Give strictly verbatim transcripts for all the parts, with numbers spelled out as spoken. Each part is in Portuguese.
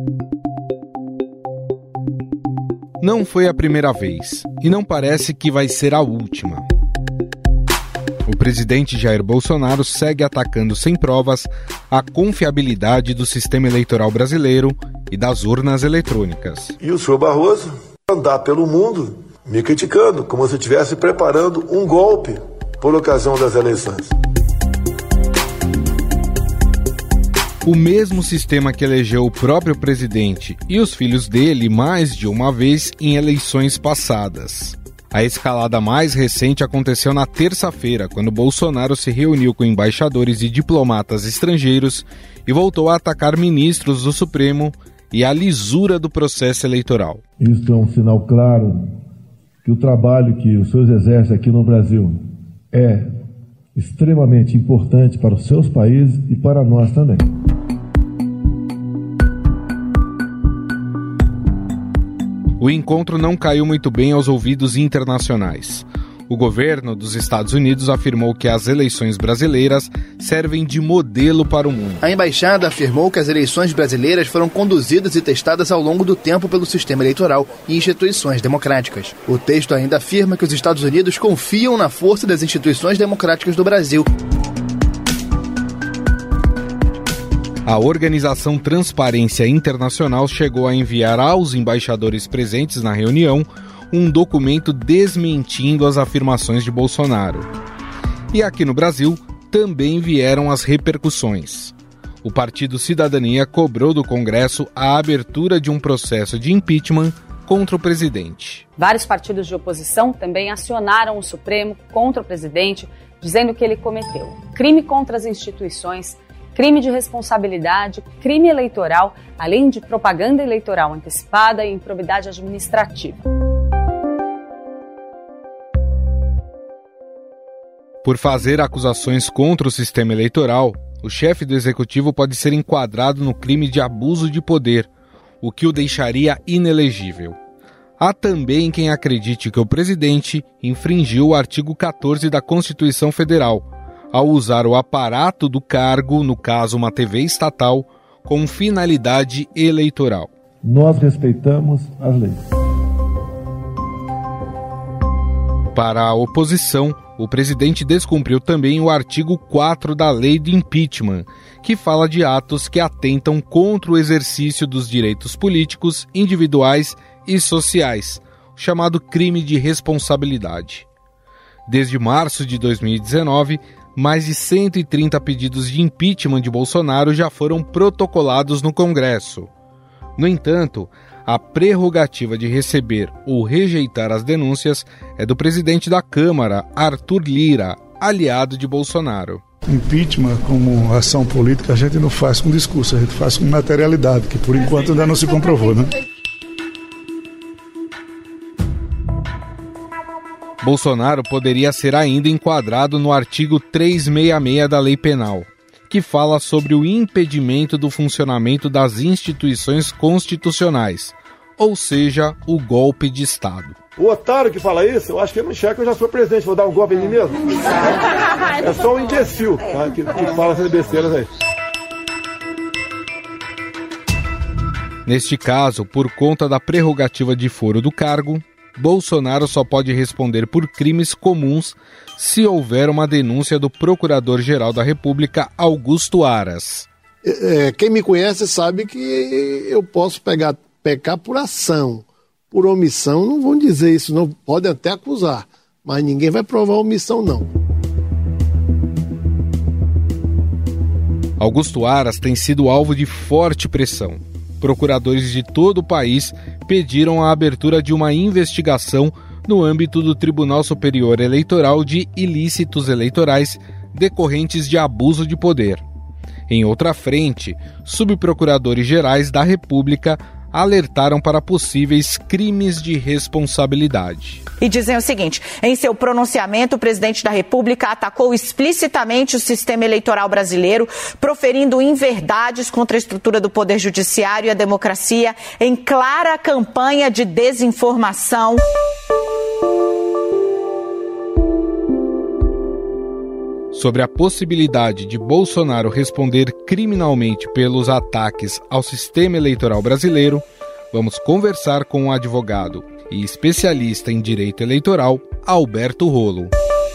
Não foi a primeira vez, e não parece que vai ser a última. O presidente Jair Bolsonaro segue atacando sem provas a confiabilidade do sistema eleitoral brasileiro e das urnas eletrônicas. E o senhor Barroso andar pelo mundo me criticando, como se estivesse preparando um golpe por ocasião das eleições. O mesmo sistema que elegeu o próprio presidente e os filhos dele mais de uma vez em eleições passadas. A escalada mais recente aconteceu na terça-feira, quando Bolsonaro se reuniu com embaixadores e diplomatas estrangeiros e voltou a atacar ministros do Supremo e a lisura do processo eleitoral. Isso é um sinal claro que o trabalho que os seus exercem aqui no Brasil é extremamente importante para os seus países e para nós também. O encontro não caiu muito bem aos ouvidos internacionais. O governo dos Estados Unidos afirmou que as eleições brasileiras servem de modelo para o mundo. A embaixada afirmou que as eleições brasileiras foram conduzidas e testadas ao longo do tempo pelo sistema eleitoral e instituições democráticas. O texto ainda afirma que os Estados Unidos confiam na força das instituições democráticas do Brasil. A organização Transparência Internacional chegou a enviar aos embaixadores presentes na reunião um documento desmentindo as afirmações de Bolsonaro. E aqui no Brasil também vieram as repercussões. O Partido Cidadania cobrou do Congresso a abertura de um processo de impeachment contra o presidente. Vários partidos de oposição também acionaram o Supremo contra o presidente, dizendo que ele cometeu crime contra as instituições, crime de responsabilidade, crime eleitoral, além de propaganda eleitoral antecipada e improbidade administrativa. Por fazer acusações contra o sistema eleitoral, o chefe do executivo pode ser enquadrado no crime de abuso de poder, o que o deixaria inelegível. Há também quem acredite que o presidente infringiu o artigo quatorze da Constituição Federal, ao usar o aparato do cargo, no caso uma T V estatal, com finalidade eleitoral. Nós respeitamos as leis. Para a oposição, o presidente descumpriu também o artigo quatro da Lei de Impeachment, que fala de atos que atentam contra o exercício dos direitos políticos, individuais e sociais, chamado crime de responsabilidade. Desde março de dois mil e dezenove, mais de cento e trinta pedidos de impeachment de Bolsonaro já foram protocolados no Congresso. No entanto, a prerrogativa de receber ou rejeitar as denúncias é do presidente da Câmara, Arthur Lira, aliado de Bolsonaro. Impeachment como ação política a gente não faz com discurso, a gente faz com materialidade, que por enquanto ainda não se comprovou, né? Bolsonaro poderia ser ainda enquadrado no artigo trezentos e sessenta e seis da Lei Penal, que fala sobre o impedimento do funcionamento das instituições constitucionais, ou seja, o golpe de Estado. O otário que fala isso, eu acho que ele não enxerga que eu já sou presidente, vou dar um golpe em mim mesmo. É só um imbecil, tá, que, que fala essas besteiras aí. Neste caso, por conta da prerrogativa de foro do cargo, Bolsonaro só pode responder por crimes comuns se houver uma denúncia do Procurador-Geral da República, Augusto Aras. É, quem me conhece sabe que eu posso pegar, pecar por ação. Por omissão, não vão dizer isso, não podem até acusar, mas ninguém vai provar omissão, não. Augusto Aras tem sido alvo de forte pressão. Procuradores de todo o país pediram a abertura de uma investigação no âmbito do Tribunal Superior Eleitoral de ilícitos eleitorais decorrentes de abuso de poder. Em outra frente, subprocuradores gerais da República alertaram para possíveis crimes de responsabilidade. E dizem o seguinte: em seu pronunciamento, o presidente da República atacou explicitamente o sistema eleitoral brasileiro, proferindo inverdades contra a estrutura do Poder Judiciário e a democracia em clara campanha de desinformação. sobre a possibilidade de Bolsonaro responder criminalmente pelos ataques ao sistema eleitoral brasileiro, vamos conversar com o advogado e especialista em direito eleitoral, Alberto Rolo.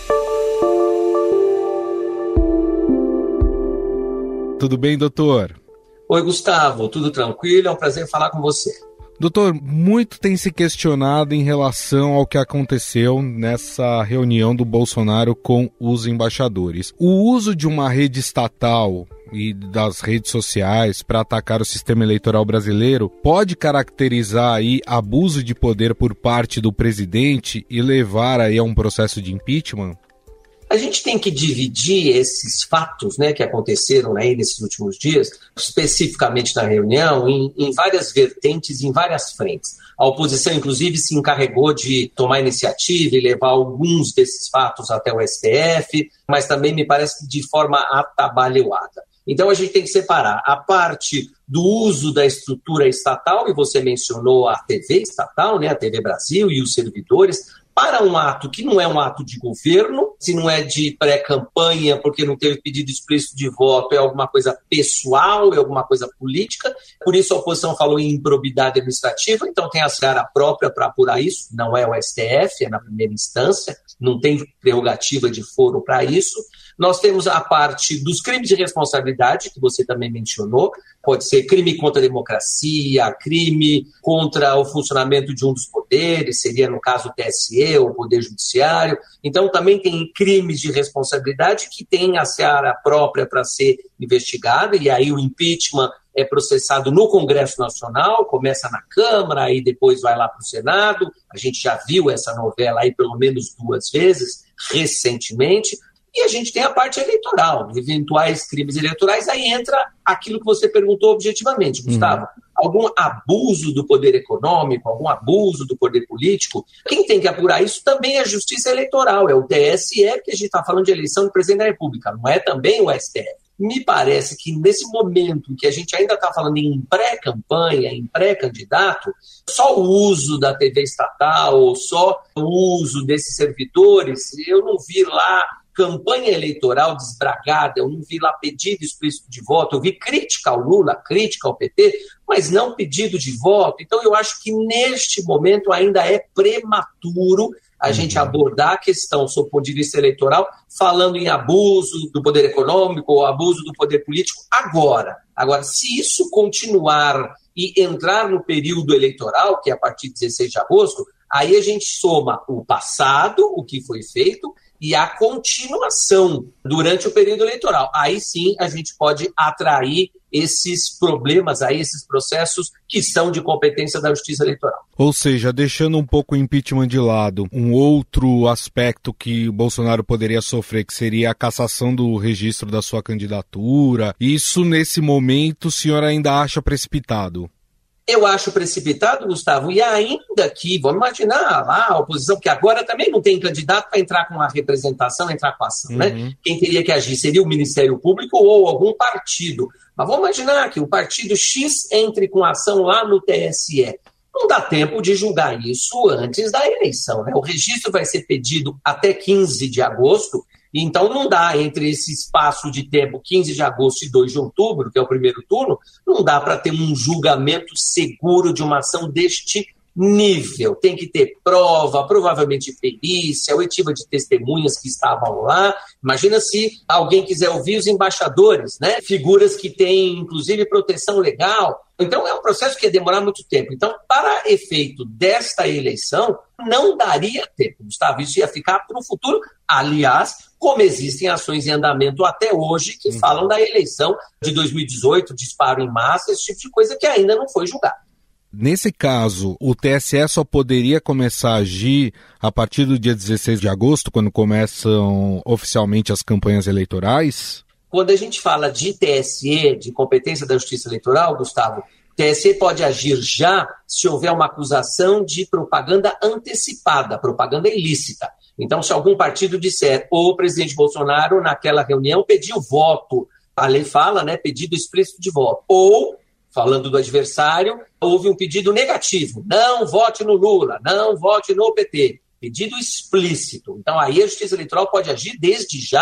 Tudo bem, doutor? Oi, Gustavo, tudo tranquilo? É um prazer falar com você. Doutor, muito tem se questionado em relação ao que aconteceu nessa reunião do Bolsonaro com os embaixadores. O uso de uma rede estatal e das redes sociais para atacar o sistema eleitoral brasileiro pode caracterizar aí abuso de poder por parte do presidente e levar aí a um processo de impeachment? A gente tem que dividir esses fatos, né, que aconteceram aí nesses últimos dias, especificamente na reunião, em, em várias vertentes, em várias frentes. A oposição, inclusive, se encarregou de tomar iniciativa e levar alguns desses fatos até o S T F, mas também me parece que de forma atabalhoada. Então a gente tem que separar a parte do uso da estrutura estatal, e você mencionou a T V estatal, né, a T V Brasil e os servidores, para um ato que não é um ato de governo, se não é de pré-campanha, porque não teve pedido explícito de voto, é alguma coisa pessoal, é alguma coisa política. Por isso a oposição falou em improbidade administrativa, então tem a seara própria para apurar isso, não é o S T F, é na primeira instância, não tem prerrogativa de foro para isso. Nós temos a parte dos crimes de responsabilidade, que você também mencionou, pode ser crime contra a democracia, crime contra o funcionamento de um dos poderes, seria no caso o T S E ou o Poder Judiciário. Então também tem crimes de responsabilidade que tem a seara própria para ser investigada, e aí o impeachment é processado no Congresso Nacional, começa na Câmara, aí depois vai lá para o Senado. A gente já viu essa novela aí pelo menos duas vezes, recentemente. E a gente tem a parte eleitoral, eventuais crimes eleitorais, aí entra aquilo que você perguntou objetivamente, Gustavo. Uhum. Algum abuso do poder econômico, algum abuso do poder político. Quem tem que apurar isso também é a Justiça Eleitoral, é o T S E, porque a gente está falando de eleição do Presidente da República, não é também o S T F. Me parece que nesse momento em que a gente ainda está falando em pré-campanha, em pré-candidato, só o uso da T V estatal, só o uso desses servidores, eu não vi lá campanha eleitoral desbragada, eu não vi lá pedido explícito de voto, eu vi crítica ao Lula, crítica ao P T, mas não pedido de voto. Então eu acho que neste momento ainda é prematuro a gente abordar a questão sob o ponto de vista eleitoral, falando em abuso do poder econômico ou abuso do poder político agora. Agora, se isso continuar e entrar no período eleitoral, que é a partir de dezesseis de agosto, aí a gente soma o passado, o que foi feito, e a continuação durante o período eleitoral. Aí sim a gente pode atrair esses problemas, aí, esses processos que são de competência da Justiça Eleitoral. Ou seja, deixando um pouco o impeachment de lado, um outro aspecto que o Bolsonaro poderia sofrer, que seria a cassação do registro da sua candidatura. Isso, nesse momento, o senhor ainda acha precipitado? Eu acho precipitado, Gustavo, e ainda que, vamos imaginar lá a oposição, que agora também não tem candidato para entrar com a representação, entrar com a ação, uhum. né? Quem teria que agir seria o Ministério Público ou algum partido. Mas vamos imaginar que o partido X entre com a ação lá no T S E. Não dá tempo de julgar isso antes da eleição, né? O registro vai ser pedido até quinze de agosto, então não dá, entre esse espaço de tempo, quinze de agosto e dois de outubro, que é o primeiro turno, não dá para ter um julgamento seguro de uma ação deste nível. Tem que ter prova, provavelmente perícia, oitiva de testemunhas que estavam lá. Imagina se alguém quiser ouvir os embaixadores, né? Figuras que têm, inclusive, proteção legal. Então, é um processo que ia demorar muito tempo. Então, para efeito desta eleição, não daria tempo, Gustavo. Isso ia ficar para o futuro. Aliás, como existem ações em andamento até hoje que falam da eleição de dois mil e dezoito, disparo em massa, esse tipo de coisa que ainda não foi julgado. Nesse caso, o T S E só poderia começar a agir a partir do dia dezesseis de agosto, quando começam oficialmente as campanhas eleitorais? Quando a gente fala de T S E, de competência da Justiça Eleitoral, Gustavo, o T S E pode agir já se houver uma acusação de propaganda antecipada, propaganda ilícita. Então, se algum partido disser, ou o presidente Bolsonaro, naquela reunião, pediu voto, a lei fala, né, pedido explícito de voto, ou, falando do adversário, houve um pedido negativo, não vote no Lula, não vote no P T, pedido explícito. Então, aí a Justiça Eleitoral pode agir desde já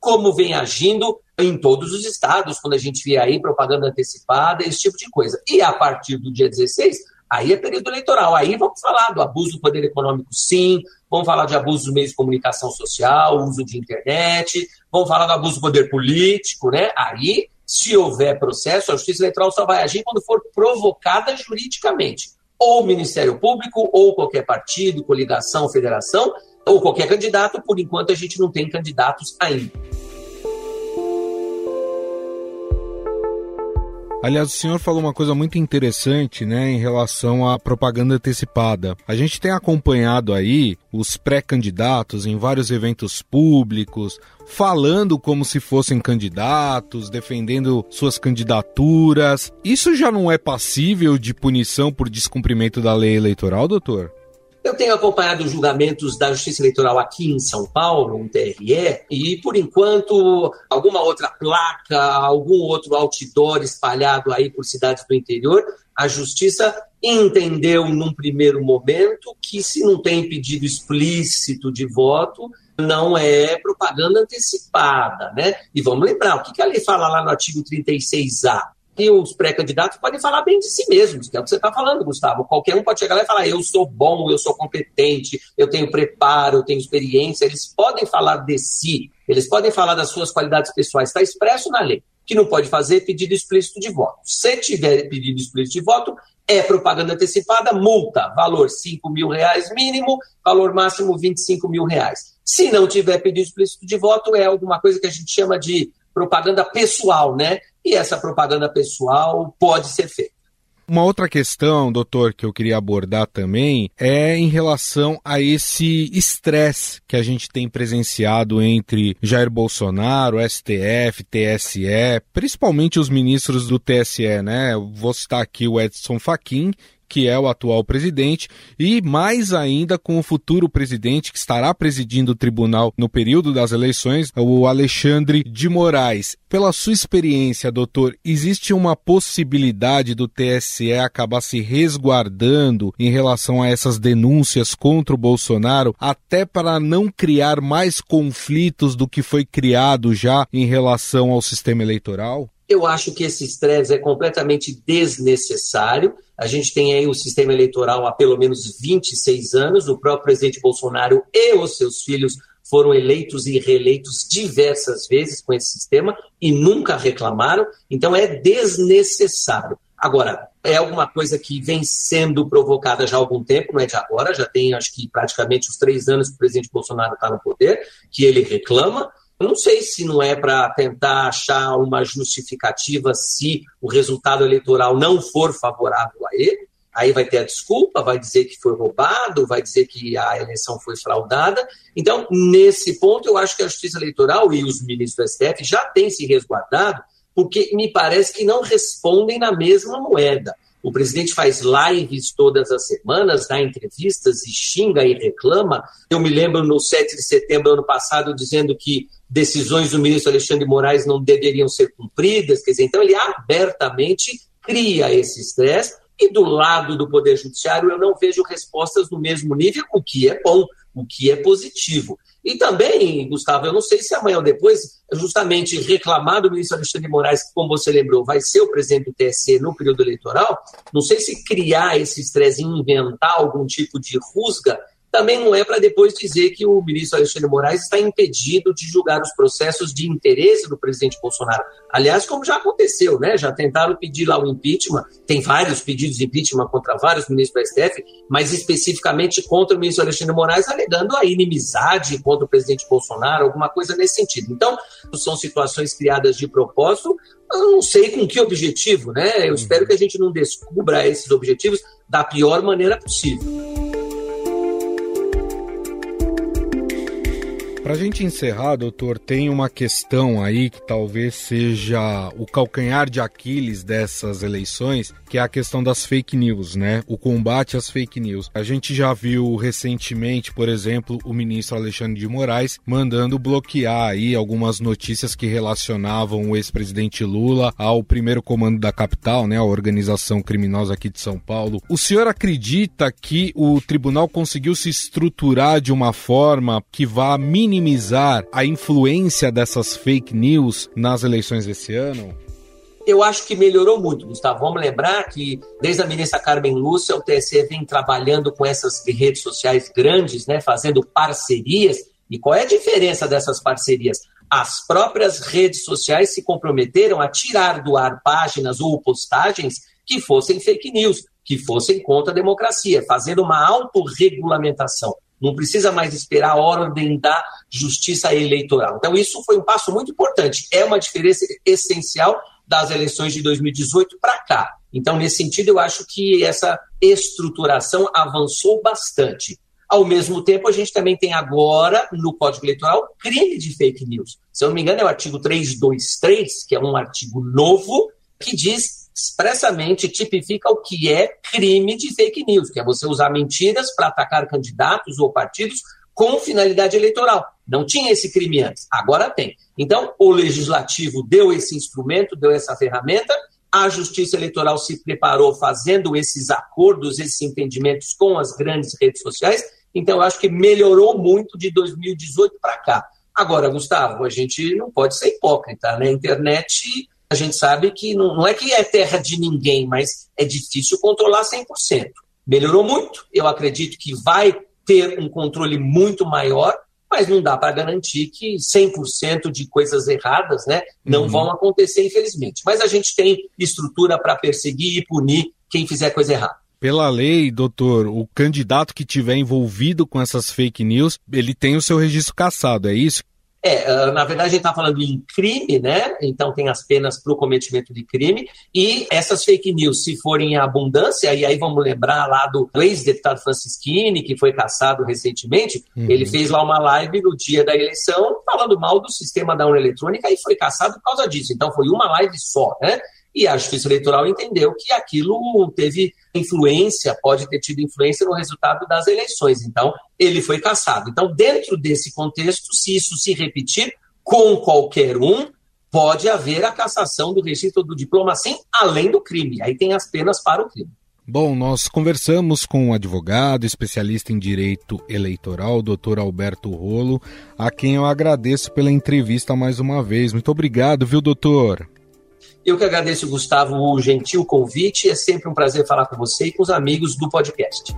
como vem agindo em todos os estados, quando a gente vê aí propaganda antecipada, esse tipo de coisa. E a partir do dia dezesseis, aí é período eleitoral. Aí vamos falar do abuso do poder econômico, sim, vamos falar de abuso dos meios de comunicação social, uso de internet, vamos falar do abuso do poder político, né? Aí, se houver processo, a Justiça Eleitoral só vai agir quando for provocada juridicamente. Ou o Ministério Público, ou qualquer partido, coligação, federação, ou qualquer candidato. Por enquanto, a gente não tem candidatos ainda. Aliás, o senhor falou uma coisa muito interessante, né, em relação à propaganda antecipada. A gente tem acompanhado aí os pré-candidatos em vários eventos públicos, falando como se fossem candidatos, defendendo suas candidaturas. Isso já não é passível de punição por descumprimento da lei eleitoral, doutor? Eu tenho acompanhado os julgamentos da Justiça Eleitoral aqui em São Paulo, no T R E, e, por enquanto, alguma outra placa, algum outro outdoor espalhado aí por cidades do interior, a Justiça entendeu, num primeiro momento, que se não tem pedido explícito de voto, não é propaganda antecipada, né? E vamos lembrar, o que a lei fala lá no artigo trinta e seis A? Que os pré-candidatos podem falar bem de si mesmos, que é o que você está falando, Gustavo. Qualquer um pode chegar lá e falar, eu sou bom, eu sou competente, eu tenho preparo, eu tenho experiência. Eles podem falar de si, eles podem falar das suas qualidades pessoais. Está expresso na lei. Que não pode fazer pedido explícito de voto. Se tiver pedido explícito de voto, é propaganda antecipada, multa, valor cinco mil reais mínimo, valor máximo vinte e cinco mil reais. Se não tiver pedido explícito de voto, é alguma coisa que a gente chama de propaganda pessoal, né? E essa propaganda pessoal pode ser feita. Uma outra questão, doutor, que eu queria abordar também é em relação a esse estresse que a gente tem presenciado entre Jair Bolsonaro, S T F, T S E, principalmente os ministros do T S E, né? Eu vou citar aqui o Edson Fachin, que é o atual presidente, e mais ainda com o futuro presidente que estará presidindo o tribunal no período das eleições, o Alexandre de Moraes. Pela sua experiência, doutor, existe uma possibilidade do T S E acabar se resguardando em relação a essas denúncias contra o Bolsonaro, até para não criar mais conflitos do que foi criado já em relação ao sistema eleitoral? Eu acho que esse estresse é completamente desnecessário. A gente tem aí o sistema eleitoral há pelo menos vinte e seis anos. O próprio presidente Bolsonaro e os seus filhos foram eleitos e reeleitos diversas vezes com esse sistema e nunca reclamaram. Então é desnecessário. Agora, é alguma coisa que vem sendo provocada já há algum tempo, não é de agora, já tem acho que praticamente os três anos que o presidente Bolsonaro está no poder, que ele reclama. Eu não sei se não é para tentar achar uma justificativa se o resultado eleitoral não for favorável a ele. Aí vai ter a desculpa, vai dizer que foi roubado, vai dizer que a eleição foi fraudada. Então, nesse ponto, eu acho que a Justiça Eleitoral e os ministros do S T F já têm se resguardado, porque me parece que não respondem na mesma moeda. O presidente faz lives todas as semanas, dá entrevistas e xinga e reclama. Eu me lembro no sete de setembro do ano passado dizendo que decisões do ministro Alexandre de Moraes não deveriam ser cumpridas. Quer dizer, então ele abertamente cria esse estresse e do lado do Poder Judiciário eu não vejo respostas no mesmo nível, o que é bom, o que é positivo. E também, Gustavo, eu não sei se amanhã ou depois, justamente reclamar do ministro Alexandre de Moraes, que, como você lembrou, vai ser o presidente do T S E no período eleitoral, não sei se criar esse estresse e inventar algum tipo de rusga, também não é para depois dizer que o ministro Alexandre de Moraes está impedido de julgar os processos de interesse do presidente Bolsonaro. Aliás, como já aconteceu, né? Já tentaram pedir lá o impeachment, tem vários pedidos de impeachment contra vários ministros do S T F, mas especificamente contra o ministro Alexandre de Moraes, alegando a inimizade contra o presidente Bolsonaro, alguma coisa nesse sentido. Então, são situações criadas de propósito, eu não sei com que objetivo, né? Eu espero que a gente não descubra esses objetivos da pior maneira possível. Para a gente encerrar, doutor, tem uma questão aí que talvez seja o calcanhar de Aquiles dessas eleições, que é a questão das fake news, né? O combate às fake news. A gente já viu recentemente, por exemplo, o ministro Alexandre de Moraes mandando bloquear aí algumas notícias que relacionavam o ex-presidente Lula ao primeiro comando da capital, né? A organização criminosa aqui de São Paulo. O senhor acredita que o tribunal conseguiu se estruturar de uma forma que vá minimizar minimizar a influência dessas fake news nas eleições desse ano? Eu acho que melhorou muito, Gustavo. Vamos lembrar que desde a ministra Carmen Lúcia, o T S E vem trabalhando com essas redes sociais grandes, né, fazendo parcerias. E qual é a diferença dessas parcerias? As próprias redes sociais se comprometeram a tirar do ar páginas ou postagens que fossem fake news, que fossem contra a democracia, fazendo uma autorregulamentação. Não precisa mais esperar a ordem da justiça eleitoral. Então, isso foi um passo muito importante. É uma diferença essencial das eleições de dois mil e dezoito para cá. Então, nesse sentido, eu acho que essa estruturação avançou bastante. Ao mesmo tempo, a gente também tem agora, no Código Eleitoral, crime de fake news. Se eu não me engano, é o artigo trezentos e vinte e três, que é um artigo novo, que diz expressamente, tipifica o que é crime de fake news, que é você usar mentiras para atacar candidatos ou partidos com finalidade eleitoral. Não tinha esse crime antes, agora tem. Então, o Legislativo deu esse instrumento, deu essa ferramenta, a Justiça Eleitoral se preparou fazendo esses acordos, esses entendimentos com as grandes redes sociais. Então, eu acho que melhorou muito de dois mil e dezoito para cá. Agora, Gustavo, a gente não pode ser hipócrita, né? A internet, a gente sabe que não, não é que é terra de ninguém, mas é difícil controlar cem por cento. Melhorou muito, eu acredito que vai ter um controle muito maior, mas não dá para garantir que cem por cento de coisas erradas, né, não uhum. vão acontecer, infelizmente. Mas a gente tem estrutura para perseguir e punir quem fizer coisa errada. Pela lei, doutor, o candidato que tiver envolvido com essas fake news, ele tem o seu registro cassado, é isso? É, na verdade a gente está falando em crime, né? Então tem as penas para o cometimento de crime, e essas fake news, se forem em abundância, e aí vamos lembrar lá do ex-deputado Francisquini, que foi cassado recentemente, uhum. ele fez lá uma live no dia da eleição, falando mal do sistema da urna eletrônica, e foi cassado por causa disso. Então foi uma live só, né? E a Justiça Eleitoral entendeu que aquilo teve influência, pode ter tido influência no resultado das eleições. Então, ele foi cassado. Então, dentro desse contexto, se isso se repetir com qualquer um, pode haver a cassação do registro do diploma, sim, além do crime. Aí tem as penas para o crime. Bom, nós conversamos com um advogado, especialista em direito eleitoral, o doutor Alberto Rolo, a quem eu agradeço pela entrevista mais uma vez. Muito obrigado, viu, doutor? Eu que agradeço, Gustavo, o gentil convite. É sempre um prazer falar com você e com os amigos do podcast.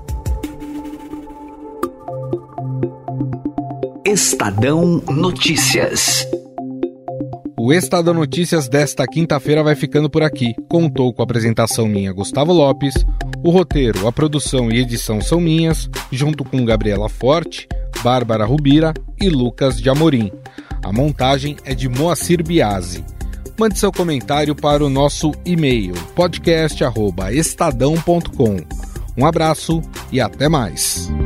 Estadão Notícias. O Estadão Notícias desta quinta-feira vai ficando por aqui. Contou com a apresentação minha, Gustavo Lopes. O roteiro, a produção e edição são minhas, junto com Gabriela Forte, Bárbara Rubira e Lucas de Amorim. A montagem é de Moacir Biasi. Mande seu comentário para o nosso e-mail, podcast arroba estadão ponto com. Um abraço e até mais.